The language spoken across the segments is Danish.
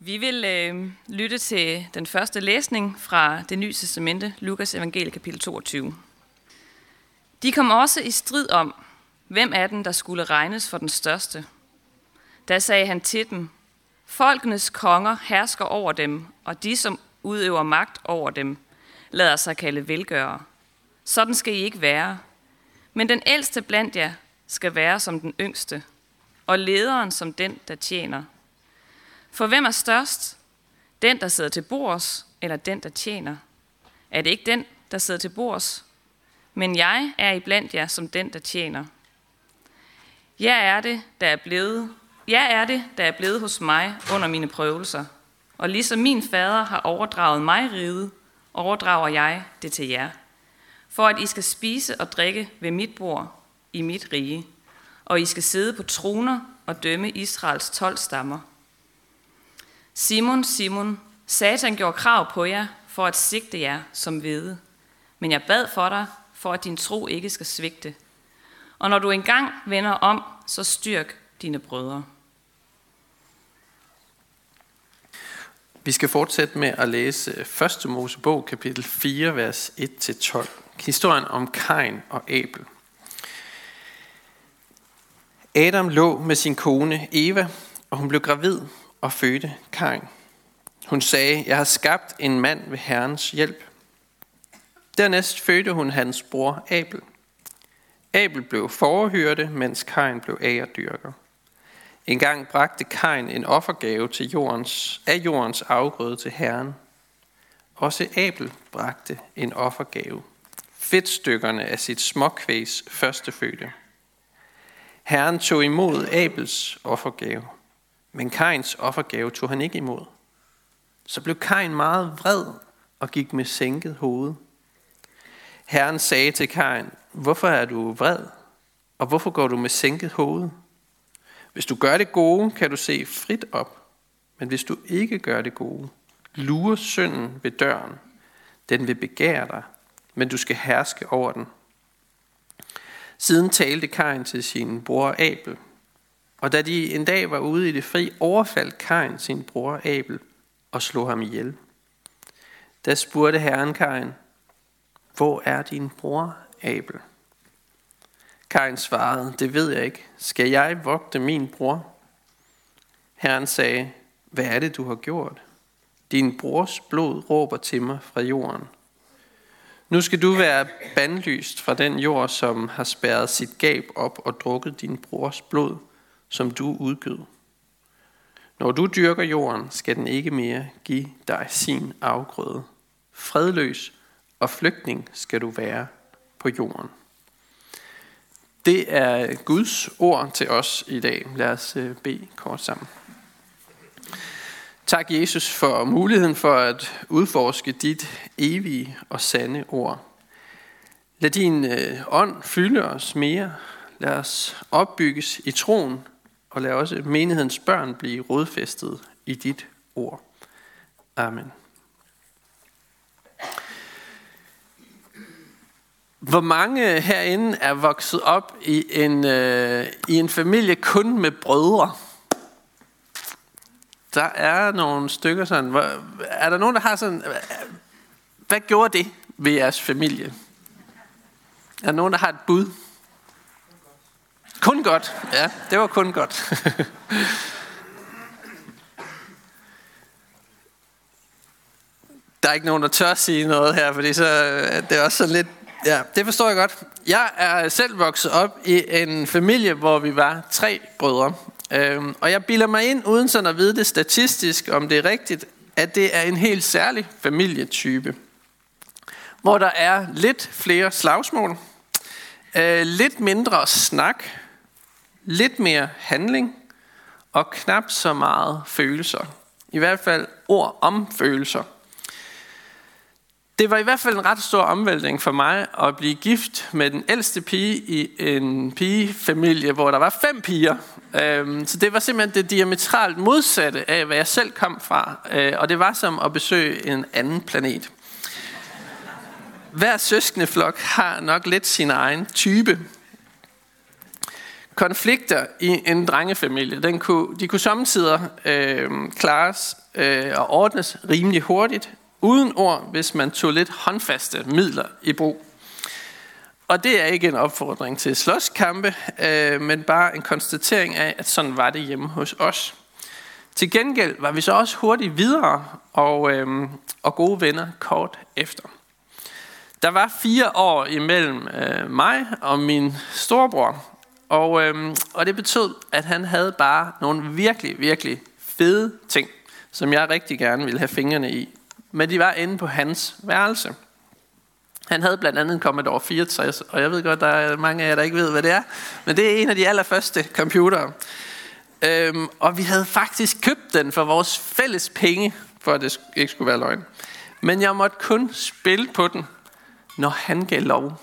Vi vil lytte til den første læsning fra det nye testamente, Lukas evangelie kapitel 22. De kom også i strid om, hvem af dem, der skulle regnes for den største. Da sagde han til dem, folkenes konger hersker over dem, og de, som udøver magt over dem, lader sig kalde velgørere. Sådan skal I ikke være. Men den ældste blandt jer skal være som den yngste, og lederen som den, der tjener. For hvem er størst? Den, der sidder til bords, eller den, der tjener? Er det ikke den, der sidder til bords? Men jeg er iblandt jer som den, der tjener. Jeg er det, der er blevet hos mig under mine prøvelser. Og ligesom min fader har overdraget mig riget, overdrager jeg det til jer. For at I skal spise og drikke ved mit bord i mit rige, og I skal sidde på troner og dømme Israels 12 stammer. Simon, Simon, Satan gjorde krav på jer for at sigte jer som hvede. Men jeg bad for dig, for at din tro ikke skal svigte. Og når du engang vender om, så styrk dine brødre. Vi skal fortsætte med at læse 1. Mosebog, kapitel 4, vers 1-12. Historien om Kain og Abel. Adam lå med sin kone Eva, og hun blev gravid og fødte Kain. Hun sagde, jeg har skabt en mand ved Herrens hjælp. Dernæst fødte hun hans bror Abel. Abel blev fårehyrde, mens Kain blev agerdyrker. En gang bragte Kain en offergave til jordens afgrøde til Herren. Også Abel bragte en offergave, fedtstykkerne af sit småkvægs førstefødte. Herren tog imod Abels offergave, men Kains offergave tog han ikke imod. Så blev Kain meget vred og gik med sænket hoved. Herren sagde til Kain, hvorfor er du vred, og hvorfor går du med sænket hoved? Hvis du gør det gode, kan du se frit op, men hvis du ikke gør det gode, lurer synden ved døren. Den vil begære dig, men du skal herske over den. Siden talte Kain til sin bror Abel, og da de en dag var ude i det fri, overfaldt Kain sin bror Abel og slog ham ihjel. Da spurgte Herren Kain, hvor er din bror Abel? Kain svarede, det ved jeg ikke. Skal jeg vogte min bror? Herren sagde, hvad er det, du har gjort? Din brors blod råber til mig fra jorden. Nu skal du være bandlyst fra den jord, som har spærret sit gab op og drukket din brors blod, som du udgød. Når du dyrker jorden, skal den ikke mere give dig sin afgrøde. Fredløs og flygtning skal du være på jorden. Det er Guds ord til os i dag. Lad os bede kort sammen. Tak Jesus for muligheden for at udforske dit evige og sande ord. Lad din ånd fylde os mere. Lad os opbygges i troen, og lad også menighedens børn blive rodfæstet i dit ord. Amen. Hvor mange herinde er vokset op i en familie kun med brødre? Der er nogle stykker sådan. Er der nogen, der har sådan... Hvad gjorde det ved jeres familie? Er der nogen, der har et bud? Kun godt. Ja, det var kun godt. Der er ikke nogen, der tør sige noget her, fordi så det er også sådan lidt... Ja, det forstår jeg godt. Jeg er selv vokset op i en familie, hvor vi var 3 brødre. Og jeg bilder mig ind, uden sådan at vide det statistisk, om det er rigtigt, at det er en helt særlig familietype. Hvor der er lidt flere slagsmål, lidt mindre snak, lidt mere handling og knap så meget følelser. I hvert fald ord om følelser. Det var i hvert fald en ret stor omvæltning for mig at blive gift med den ældste pige i en pigefamilie, hvor der var 5 piger. Så det var simpelthen det diametralt modsatte af, hvad jeg selv kom fra. Og det var som at besøge en anden planet. Hver søskendeflok har nok lidt sin egen type. konflikter i en drengefamilie, de kunne samtidig klares og ordnes rimelig hurtigt, uden ord, hvis man tog lidt håndfaste midler i brug. Og det er ikke en opfordring til slåskampe, men bare en konstatering af, at sådan var det hjemme hos os. Til gengæld var vi så også hurtigt videre og gode venner kort efter. Der var 4 år imellem mig og min storebror, og det betød, at han havde bare nogle virkelig, virkelig fede ting, som jeg rigtig gerne ville have fingrene i. Men de var inde på hans værelse. Han havde blandt andet en Commodore 64, og jeg ved godt, der er mange af jer, der ikke ved, hvad det er. Men det er en af de allerførste computere. Og vi havde faktisk købt den for vores fælles penge, for at det ikke skulle være løgn. Men jeg måtte kun spille på den, når han gav lov.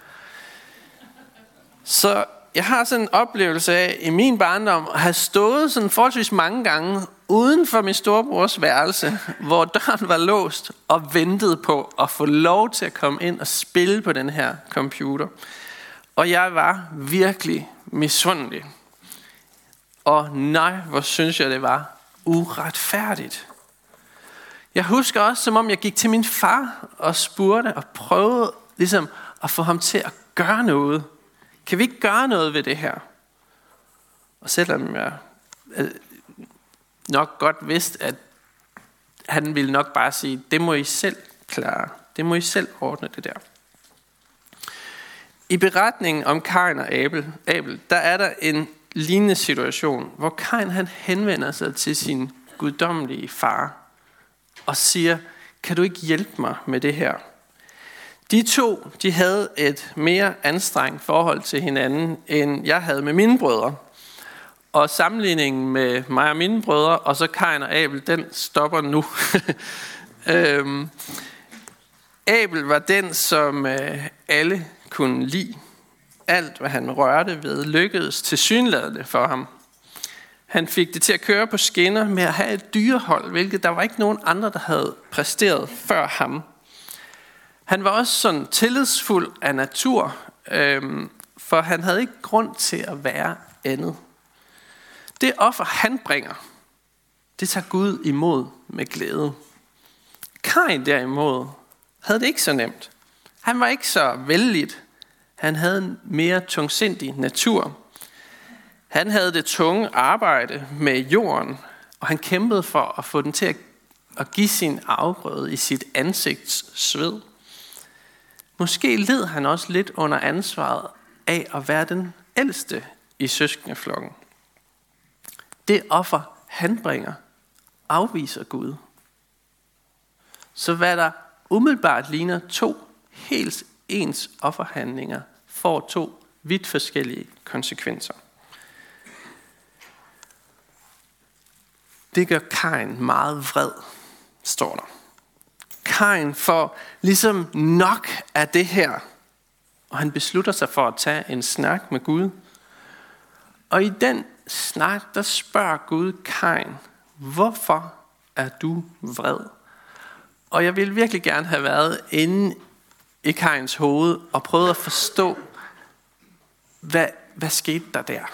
Så jeg har sådan en oplevelse af i min barndom at have stået sådan forholdsvis mange gange uden for min storebrors værelse, hvor døren var låst, og ventede på at få lov til at komme ind og spille på den her computer. Og jeg var virkelig misundelig. Og nej, hvor synes jeg det var uretfærdigt. Jeg husker også, som om jeg gik til min far og spurgte og prøvede ligesom at få ham til at gøre noget. Kan vi ikke gøre noget ved det her? Og selvom jeg nok godt vidste, at han ville nok bare sige, det må I selv klare. Det må I selv ordne det der. I beretningen om Kain og Abel, der er der en lignende situation, hvor Kain han henvender sig til sin guddommelige far og siger, kan du ikke hjælpe mig med det her? De to, de havde et mere anstrengt forhold til hinanden, end jeg havde med mine brødre. Og sammenligningen med mig og mine brødre, og så Kain og Abel, den stopper nu. Abel var den, som alle kunne lide. Alt, hvad han rørte ved, lykkedes tilsyneladende for ham. Han fik det til at køre på skinner med at have et dyrehold, hvilket der var ikke nogen andre, der havde præsteret før ham. Han var også sådan tillidsfuld af natur, for han havde ikke grund til at være andet. Det offer, han bringer, det tager Gud imod med glæde. Kain derimod havde det ikke så nemt. Han var ikke så vellidt. Han havde en mere tungsindig natur. Han havde det tunge arbejde med jorden, og han kæmpede for at få den til at give sin afgrøde i sit ansigts sved. Måske led han også lidt under ansvaret af at være den ældste i søskendeflokken. Det offer, han bringer, afviser Gud. Så hvad der umiddelbart ligner 2 helt ens offerhandlinger, får 2 vidt forskellige konsekvenser. Det gør Kain meget vred, står der. Kain får ligesom nok af det her, og han beslutter sig for at tage en snak med Gud. Og i den snak, der spørger Gud Kain, hvorfor er du vred? Og jeg ville virkelig gerne have været inde i Kains hoved og prøvet at forstå, hvad skete der der?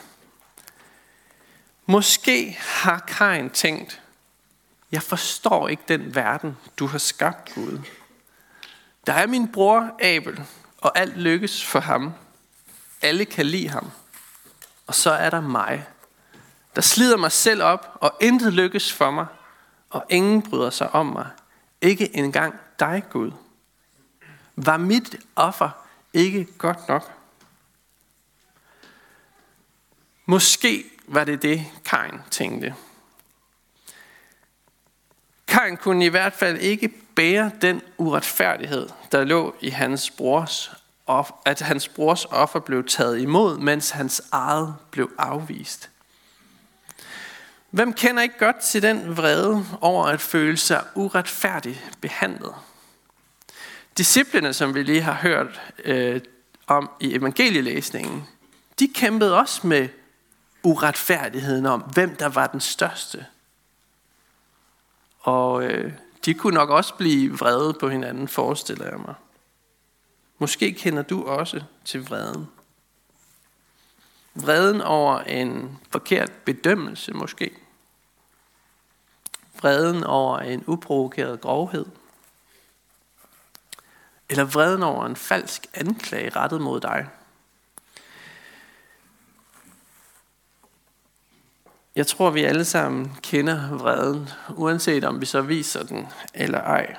Måske har Kain tænkt, jeg forstår ikke den verden, du har skabt, Gud. Der er min bror Abel, og alt lykkes for ham. Alle kan lide ham. Og så er der mig, der slider mig selv op, og intet lykkes for mig, og ingen bryder sig om mig. Ikke engang dig, Gud. Var mit offer ikke godt nok? Måske var det Kain tænkte. Kain kunne i hvert fald ikke bære den uretfærdighed, der lå i at hans brors offer blev taget imod, mens hans eget blev afvist. Hvem kender ikke godt til den vrede over at føle sig uretfærdigt behandlet? Disciplene, som vi lige har hørt om i evangelielæsningen, de kæmpede også med uretfærdigheden om, hvem der var den største. Og de kunne nok også blive vrede på hinanden, forestiller jeg mig. Måske kender du også til vreden. Vreden over en forkert bedømmelse måske. Vreden over en uprovokeret grovhed. Eller vreden over en falsk anklage rettet mod dig. Jeg tror, vi alle sammen kender vreden, uanset om vi så viser den eller ej.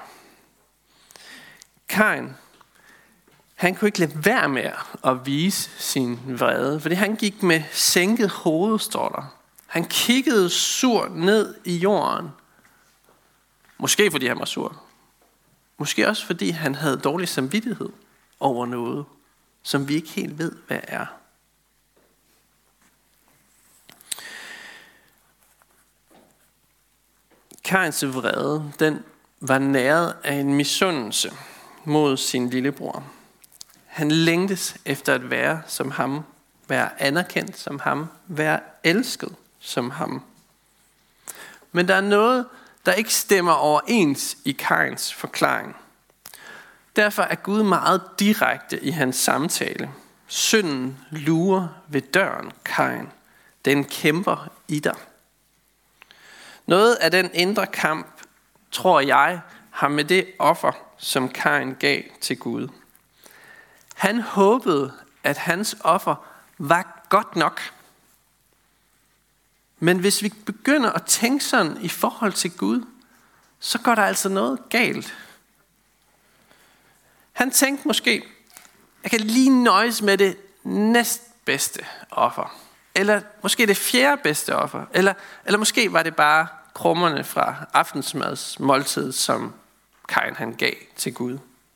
Kain, han kunne ikke lade være med at vise sin vrede, fordi han gik med sænket hoved, står der. Han kiggede sur ned i jorden. Måske fordi han var sur. Måske også fordi han havde dårlig samvittighed over noget, som vi ikke helt ved, hvad er. Kains vrede, den var næret af en misundelse mod sin lillebror. Han længtes efter at være som ham, være anerkendt som ham, være elsket som ham. Men der er noget, der ikke stemmer overens i Kains forklaring. Derfor er Gud meget direkte i hans samtale. Synden lurer ved døren, Kain. Den kæmper i dig. Noget af den indre kamp, tror jeg, har med det offer, som Kain gav til Gud. Han håbede, at hans offer var godt nok. Men hvis vi begynder at tænke sådan i forhold til Gud, så går der altså noget galt. Han tænkte måske, jeg kan lige nøjes med det næstbedste offer. Eller måske det fjerde bedste offer. Eller måske var det bare krummerne fra aftensmads måltid, som Kain han gav til Gud.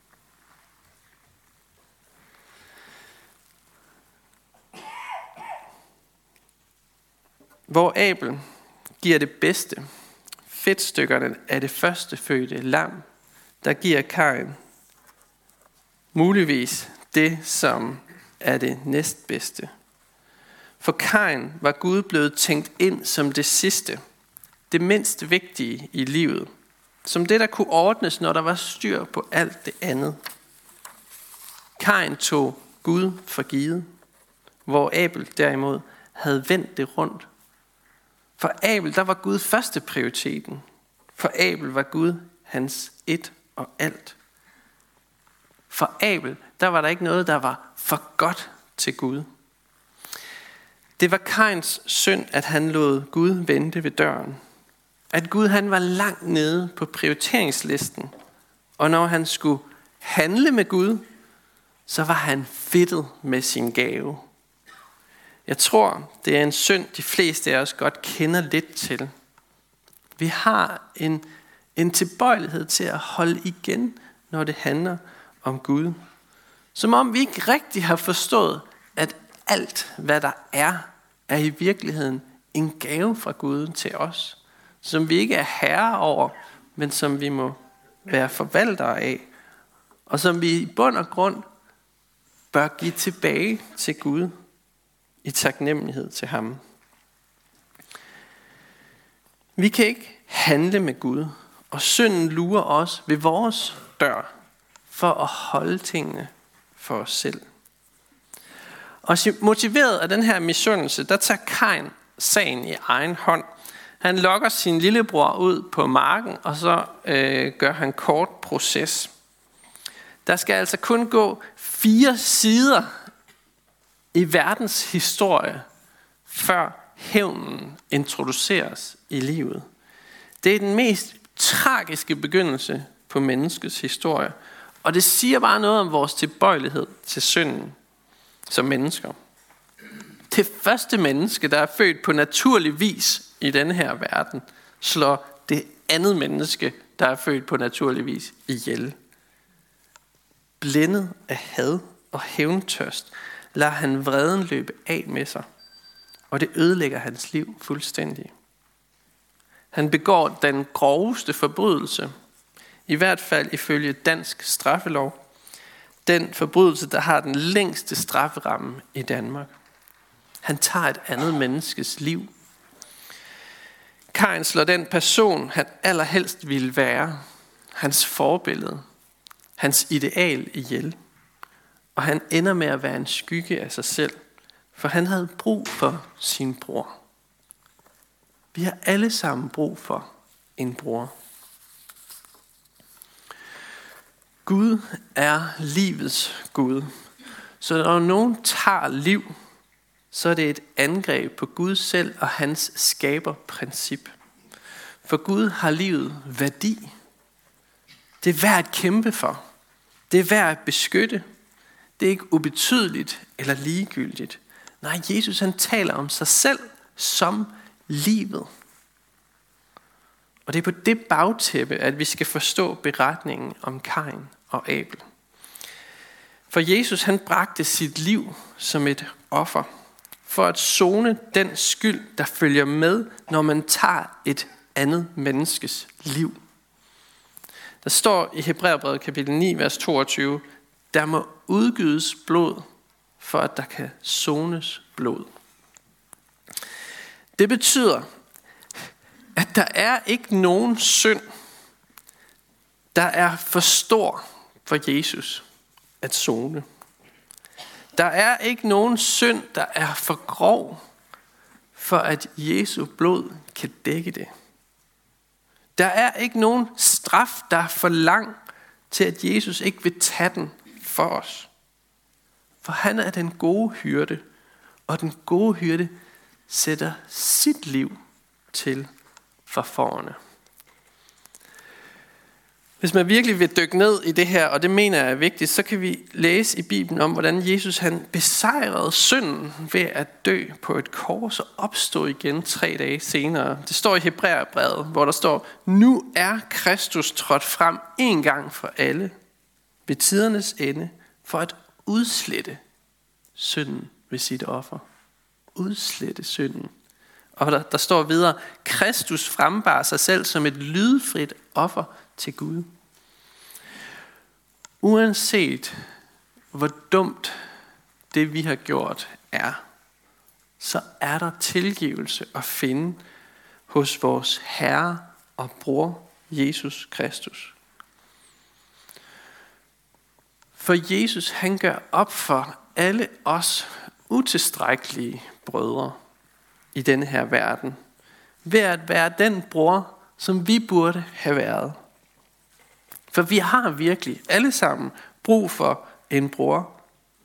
Hvor Abel giver det bedste, fedtstykkerne af det første fødte lam, der giver Kain muligvis det, som er det næstbedste. For Kain var Gud blevet tænkt ind som det sidste, det mindst vigtige i livet, som det, der kunne ordnes, når der var styr på alt det andet. Kain tog Gud for givet, hvor Abel derimod havde vendt det rundt. For Abel, der var Gud første prioriteten. For Abel var Gud hans et og alt. For Abel, der var der ikke noget, der var for godt til Gud. Det var Kains synd, at han lod Gud vente ved døren. At Gud han var langt nede på prioriteringslisten. Og når han skulle handle med Gud, så var han fedtet med sin gave. Jeg tror, det er en synd, de fleste af os godt kender lidt til. Vi har en tilbøjelighed til at holde igen, når det handler om Gud. Som om vi ikke rigtig har forstået, at alt, hvad der er i virkeligheden en gave fra Gud til os. Som vi ikke er herre over, men som vi må være forvaltere af. Og som vi i bund og grund bør give tilbage til Gud i taknemmelighed til ham. Vi kan ikke handle med Gud, og synden lurer os ved vores dør for at holde tingene for os selv. Og motiveret af den her misundelse, der tager Kain sagen i egen hånd. Han lokker sin lillebror ud på marken, og så gør han kort proces. Der skal altså kun gå 4 sider i verdens historie, før hævnen introduceres i livet. Det er den mest tragiske begyndelse på menneskets historie, og det siger bare noget om vores tilbøjelighed til synden som mennesker. Det første menneske, der er født på naturlig vis i denne her verden, slår det andet menneske, der er født på naturlig vis, ihjel. Blændet af had og hævntørst, lader han vreden løbe af med sig, og det ødelægger hans liv fuldstændig. Han begår den groveste forbrydelse, i hvert fald ifølge dansk straffelov, den forbrydelse, der har den længste strafferamme i Danmark. Han tager et andet menneskes liv. Kain slår den person, han allerhelst ville være, hans forbillede, hans ideal ihjel. Og han ender med at være en skygge af sig selv, For han havde brug for sin bror. Vi har alle sammen brug for en bror. Gud er livets Gud. Så når nogen tager liv, så er det et angreb på Gud selv og hans skaberprincip. For Gud har livet værdi. Det er værd at kæmpe for. Det er værd at beskytte. Det er ikke ubetydeligt eller ligegyldigt. Nej, Jesus han taler om sig selv som livet. Og det er på det bagtæppe, at vi skal forstå beretningen om Kain og Abel. For Jesus han bragte sit liv som et offer, for at sone den skyld, der følger med, når man tager et andet menneskes liv. Der står i Hebræerbrevet kapitel 9, vers 22, der må udgydes blod, for at der kan sones blod. Det betyder, at der er ikke nogen synd, der er for stor for Jesus at sone. Der er ikke nogen synd, der er for grov, for at Jesu blod kan dække det. Der er ikke nogen straf, der er for lang, til at Jesus ikke vil tage den for os. For han er den gode hyrde, og den gode hyrde sætter sit liv til for fårene. Hvis man virkelig vil dykke ned i det her, og det mener jeg er vigtigt, så kan vi læse i Bibelen om, hvordan Jesus han besejrede synden ved at dø på et kors og opstå igen 3 dage senere. Det står i Hebræerbrevet, hvor der står, nu er Kristus trådt frem en gang for alle ved tidernes ende for at udslette synden ved sit offer. Udslette synden. Og der står videre, Kristus frembar sig selv som et lydfrit offer til Gud. Uanset hvor dumt det vi har gjort er, så er der tilgivelse at finde hos vores Herre og bror Jesus Kristus. For Jesus han gør op for alle os utilstrækkelige brødre i denne her verden, ved at være den bror, som vi burde have været. For vi har virkelig alle sammen brug for en bror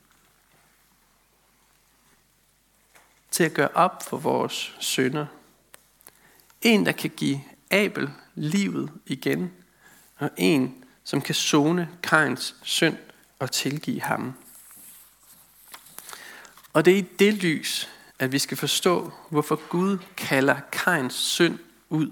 til at gøre op for vores synder. En, der kan give Abel livet igen, og en, som kan sone Kains synd og tilgive ham. Og det er i det lys, at vi skal forstå, hvorfor Gud kalder Kains synd ud.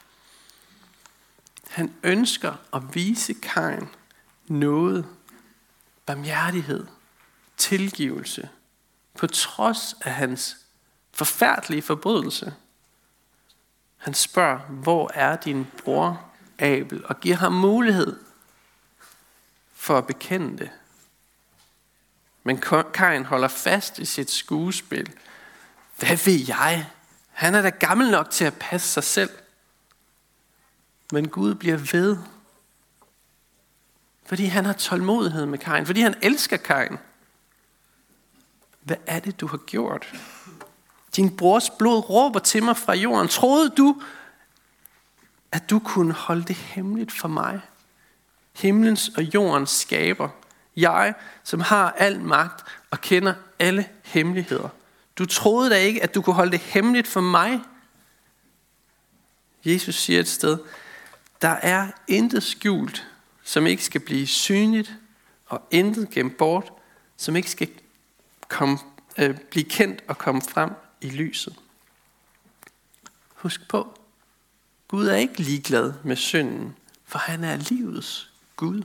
Han ønsker at vise Kain noget, barmhjertighed, tilgivelse, på trods af hans forfærdelige forbrydelse. Han spørger, hvor er din bror Abel, og giver ham mulighed for at bekende det. Men Kain holder fast i sit skuespil. Hvad ved jeg? Han er da gammel nok til at passe sig selv. Men Gud bliver ved. Fordi han har tålmodighed med Kain. Fordi han elsker Kain. Hvad er det, du har gjort? Din brors blod råber til mig fra jorden. Troede du, at du kunne holde det hemmeligt for mig? Himlens og jordens skaber. Jeg, som har al magt og kender alle hemmeligheder. Du troede da ikke, at du kunne holde det hemmeligt for mig? Jesus siger et sted, der er intet skjult, som ikke skal blive synligt, og intet gemt bort, som ikke skal blive kendt og komme frem i lyset. Husk på, Gud er ikke ligeglad med synden, for han er livets Gud.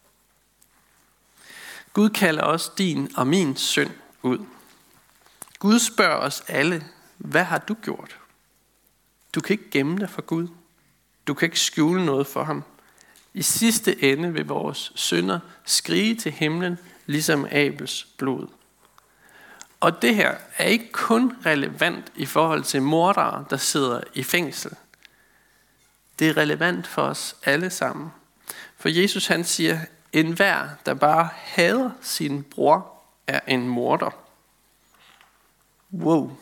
Gud kalder også din og min synd ud. Gud spørger os alle, hvad har du gjort? Du kan ikke gemme dig for Gud. Du kan ikke skjule noget for ham. I sidste ende vil vores synder skrige til himlen, ligesom Abels blod. Og det her er ikke kun relevant i forhold til mordere, der sidder i fængsel. Det er relevant for os alle sammen. For Jesus han siger, enhver, der bare hader sin bror, er en morder. Wow.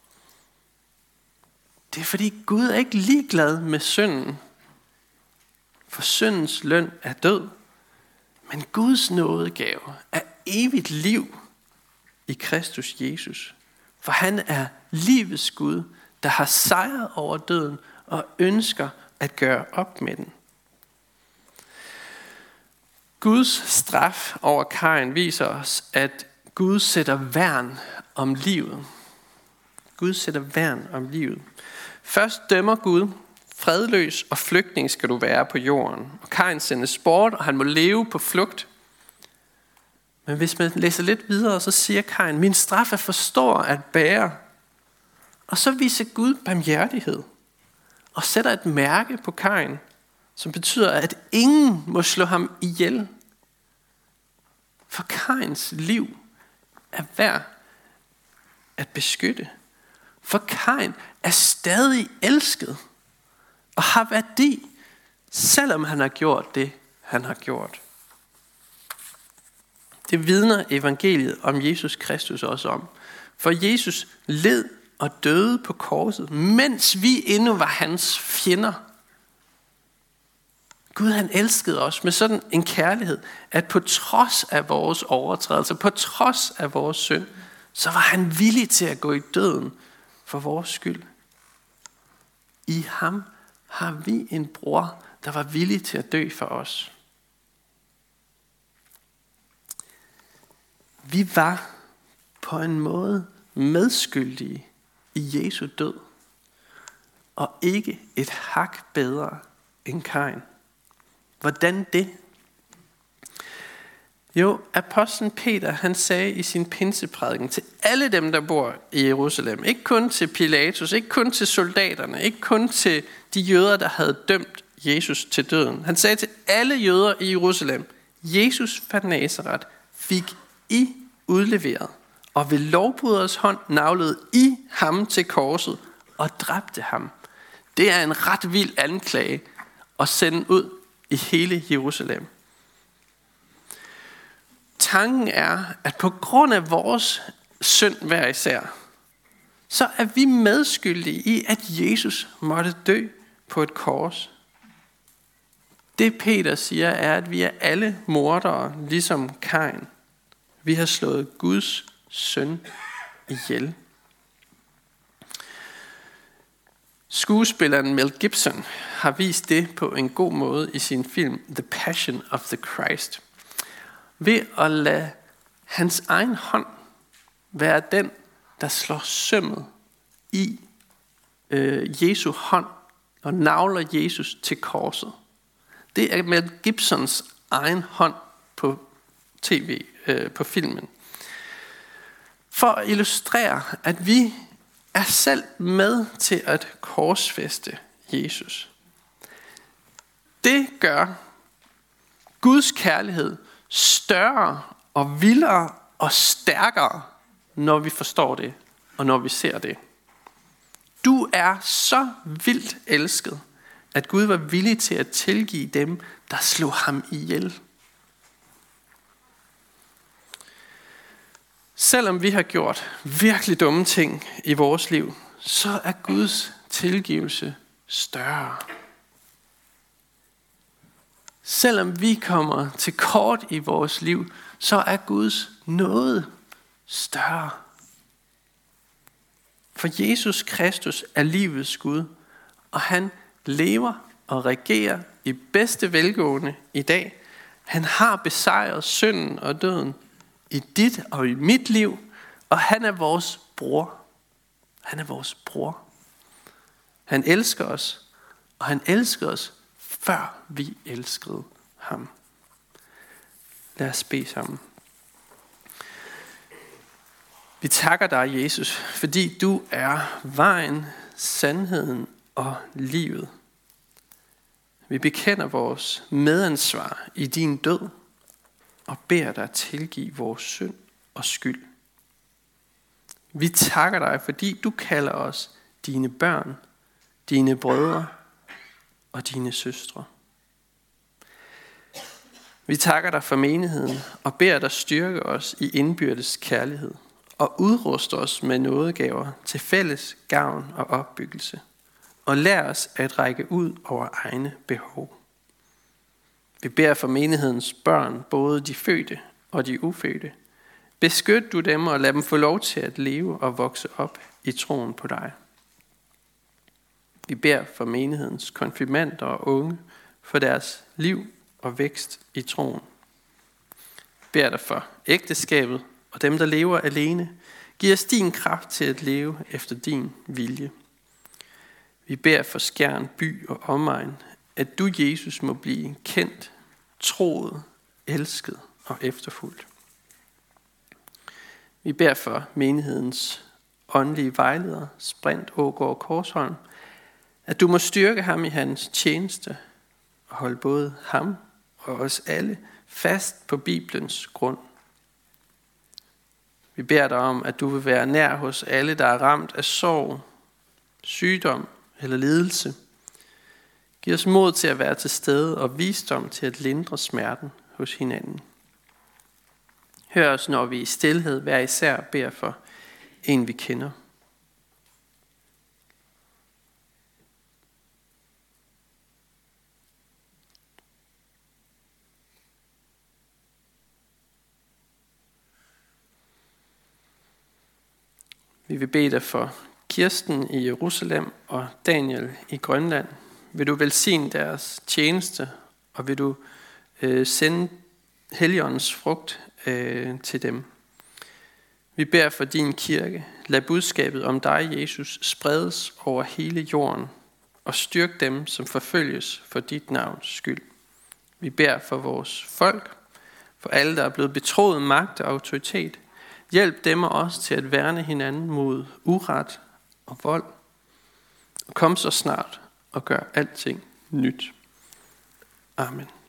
Det er fordi Gud er ikke ligeglad med synden. For syndens løn er død. Men Guds nådegave er evigt liv i Kristus Jesus. For han er livets Gud, der har sejret over døden og ønsker at gøre op med den. Guds straf over Kain viser os, at Gud sætter værn om livet. Gud sætter værn om livet. Først dømmer Gud: fredløs og flygtning skal du være på jorden. Og Kain sendes bort, og han må leve på flugt. Men hvis man læser lidt videre, så siger Kain: min straf er for stor at bære. Og så viser Gud barmhjertighed og sætter et mærke på Kain, som betyder, at ingen må slå ham ihjel. For Kains liv er værd at beskytte. For Kain er stadig elsket og har værdi, selvom han har gjort det, han har gjort. Det vidner evangeliet om Jesus Kristus også om. For Jesus led og døde på korset, mens vi endnu var hans fjender. Gud han elskede os med sådan en kærlighed, at på trods af vores overtrædelser, på trods af vores synd, så var han villig til at gå i døden for vores skyld. I ham har vi en bror, der var villig til at dø for os. Vi var på en måde medskyldige i Jesu død, og ikke et hak bedre end Kain. Hvordan det? Jo, apostlen Peter, han sagde i sin pinseprædiken til alle dem, der bor i Jerusalem, ikke kun til Pilatus, ikke kun til soldaterne, ikke kun til de jøder, der havde dømt Jesus til døden. Han sagde til alle jøder i Jerusalem: Jesus fra Nazaret fik I udleveret, og ved lovbryders hånd naglede I ham til korset og dræbte ham. Det er en ret vild anklage at sende ud i hele Jerusalem. Tanken er, at på grund af vores synd hver især, så er vi medskyldige i, at Jesus måtte dø på et kors. Det Peter siger er, at vi er alle mordere, ligesom Kain. Vi har slået Guds søn ihjel. Skuespilleren Mel Gibson har vist det på en god måde i sin film The Passion of the Christ. Ved at lade hans egen hånd være den, der slår sømmet i Jesu hånd og nagler Jesus til korset. Det er Mel Gibsons egen hånd på tv, på filmen. For at illustrere, at vi er selv med til at korsfæste Jesus. Det gør Guds kærlighed større og vildere og stærkere, når vi forstår det og når vi ser det. Du er så vildt elsket, at Gud var villig til at tilgive dem, der slog ham ihjel. Selvom vi har gjort virkelig dumme ting i vores liv, så er Guds tilgivelse større. Selvom vi kommer til kort i vores liv, så er Guds nåde større. For Jesus Kristus er livets Gud, og han lever og regerer i bedste velgående i dag. Han har besejret synden og døden i dit og i mit liv, og han er vores bror. Han er vores bror. Han elsker os, og han elsker os, før vi elskede ham. Lad os bede sammen. Vi takker dig, Jesus, fordi du er vejen, sandheden og livet. Vi bekender vores medansvar i din død og beder dig tilgive vores synd og skyld. Vi takker dig, fordi du kalder os dine børn, dine brødre og dine søstre. Vi takker dig for menigheden og beder dig styrke os i indbyrdes kærlighed og udrust os med nådegaver til fælles gavn og opbyggelse, og lær os at række ud over egne behov. Vi beder for menighedens børn, både de fødte og de ufødte. Beskyt du dem og lad dem få lov til at leve og vokse op i troen på dig. Vi beder for menighedens konfirmander og unge, for deres liv og vækst i troen. Vi beder dig for ægteskabet og dem, der lever alene. Giv os din kraft til at leve efter din vilje. Vi beder for Skjern by og omegn, at du, Jesus, må blive kendt, troet, elsket og efterfulgt. Vi beder for menighedens åndelige vejleder, Sprint Ågaard Korsholm, at du må styrke ham i hans tjeneste og holde både ham og os alle fast på Bibelens grund. Vi beder dig om, at du vil være nær hos alle, der er ramt af sorg, sygdom eller lidelse. Giv os mod til at være til stede og visdom til at lindre smerten hos hinanden. Hør os, når vi i stilhed hver især beder for en, vi kender. Vi vil bede dig for Kirsten i Jerusalem og Daniel i Grønland. Vil du velsigne deres tjeneste, og vil du sende Helligåndens frugt til dem. Vi beder for din kirke. Lad budskabet om dig, Jesus, spredes over hele jorden, og styrk dem, som forfølges for dit navns skyld. Vi beder for vores folk, for alle, der er blevet betroet magt og autoritet. Hjælp dem og os til at værne hinanden mod uret og vold. Og kom så snart og gør alting nyt. Amen.